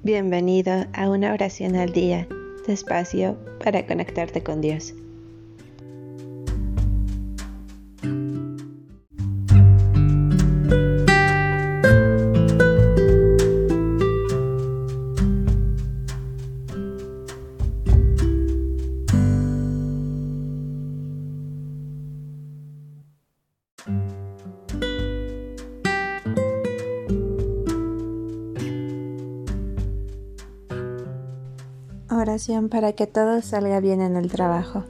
Bienvenido a una oración al día, despacio para conectarte con Dios. Oración para que todo salga bien en el trabajo.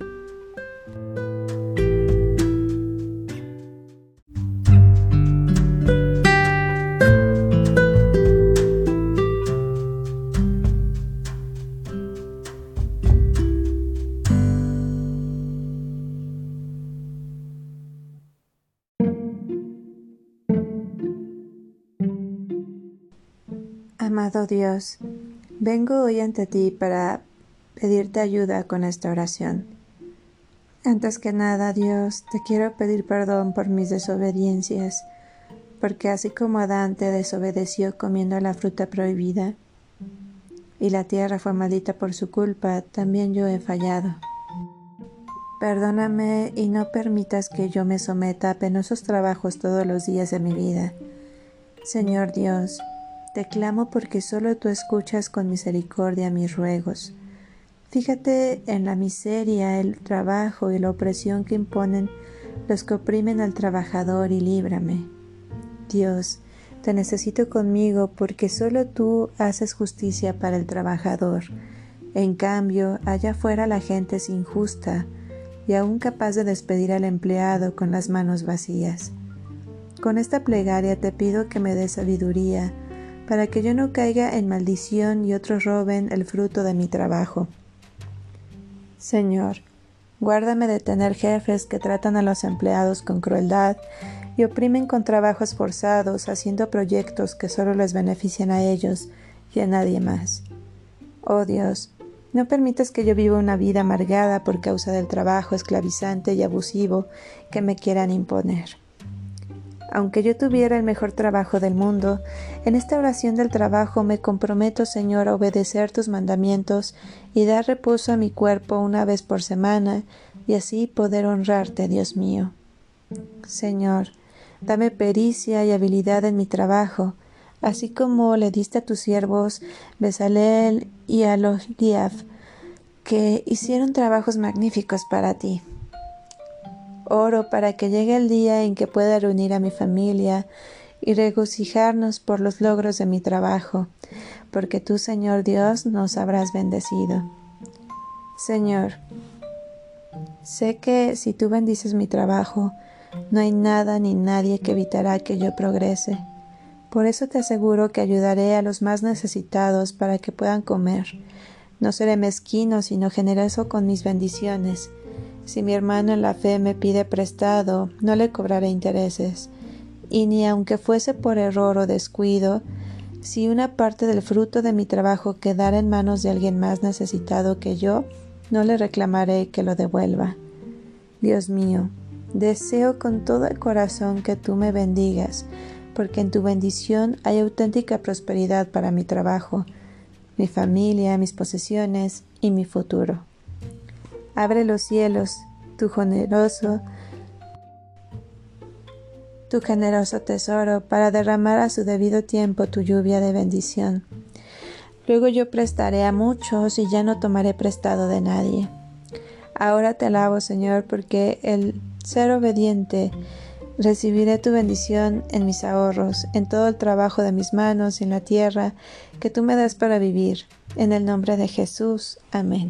Amado Dios, vengo hoy ante ti para pedirte ayuda con esta oración. Antes que nada, Dios, te quiero pedir perdón por mis desobediencias, porque así como Adán te desobedeció comiendo la fruta prohibida, y la tierra fue maldita por su culpa, también yo he fallado. Perdóname y no permitas que yo me someta a penosos trabajos todos los días de mi vida. Señor Dios, te clamo porque solo tú escuchas con misericordia mis ruegos. Fíjate en la miseria, el trabajo y la opresión que imponen los que oprimen al trabajador y líbrame. Dios, te necesito conmigo porque solo tú haces justicia para el trabajador. En cambio, allá afuera la gente es injusta y aún capaz de despedir al empleado con las manos vacías. Con esta plegaria te pido que me des sabiduría para que yo no caiga en maldición y otros roben el fruto de mi trabajo. Señor, guárdame de tener jefes que tratan a los empleados con crueldad y oprimen con trabajos forzados, haciendo proyectos que solo les benefician a ellos y a nadie más. Oh Dios, no permitas que yo viva una vida amargada por causa del trabajo esclavizante y abusivo que me quieran imponer. Aunque yo tuviera el mejor trabajo del mundo, en esta oración del trabajo me comprometo, Señor, a obedecer tus mandamientos y dar reposo a mi cuerpo una vez por semana y así poder honrarte, Dios mío. Señor, dame pericia y habilidad en mi trabajo, así como le diste a tus siervos Bezalel y Aholiab, que hicieron trabajos magníficos para ti. Oro para que llegue el día en que pueda reunir a mi familia y regocijarnos por los logros de mi trabajo, porque tú, Señor Dios, nos habrás bendecido. Señor, sé que si tú bendices mi trabajo, no hay nada ni nadie que evitará que yo progrese. Por eso te aseguro que ayudaré a los más necesitados para que puedan comer. No seré mezquino, sino generoso con mis bendiciones. Si mi hermano en la fe me pide prestado, no le cobraré intereses. Y ni aunque fuese por error o descuido, si una parte del fruto de mi trabajo quedara en manos de alguien más necesitado que yo, no le reclamaré que lo devuelva. Dios mío, deseo con todo el corazón que tú me bendigas, porque en tu bendición hay auténtica prosperidad para mi trabajo, mi familia, mis posesiones y mi futuro. Abre los cielos, tu generoso tesoro, para derramar a su debido tiempo tu lluvia de bendición. Luego yo prestaré a muchos y ya no tomaré prestado de nadie. Ahora te alabo, Señor, porque el ser obediente recibiré tu bendición en mis ahorros, en todo el trabajo de mis manos y en la tierra que tú me das para vivir. En el nombre de Jesús. Amén.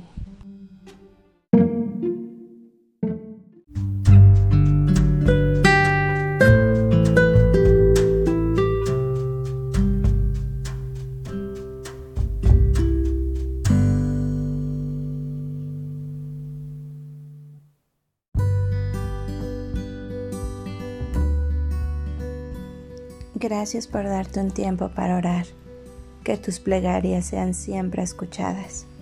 Gracias por darte un tiempo para orar. Que tus plegarias sean siempre escuchadas.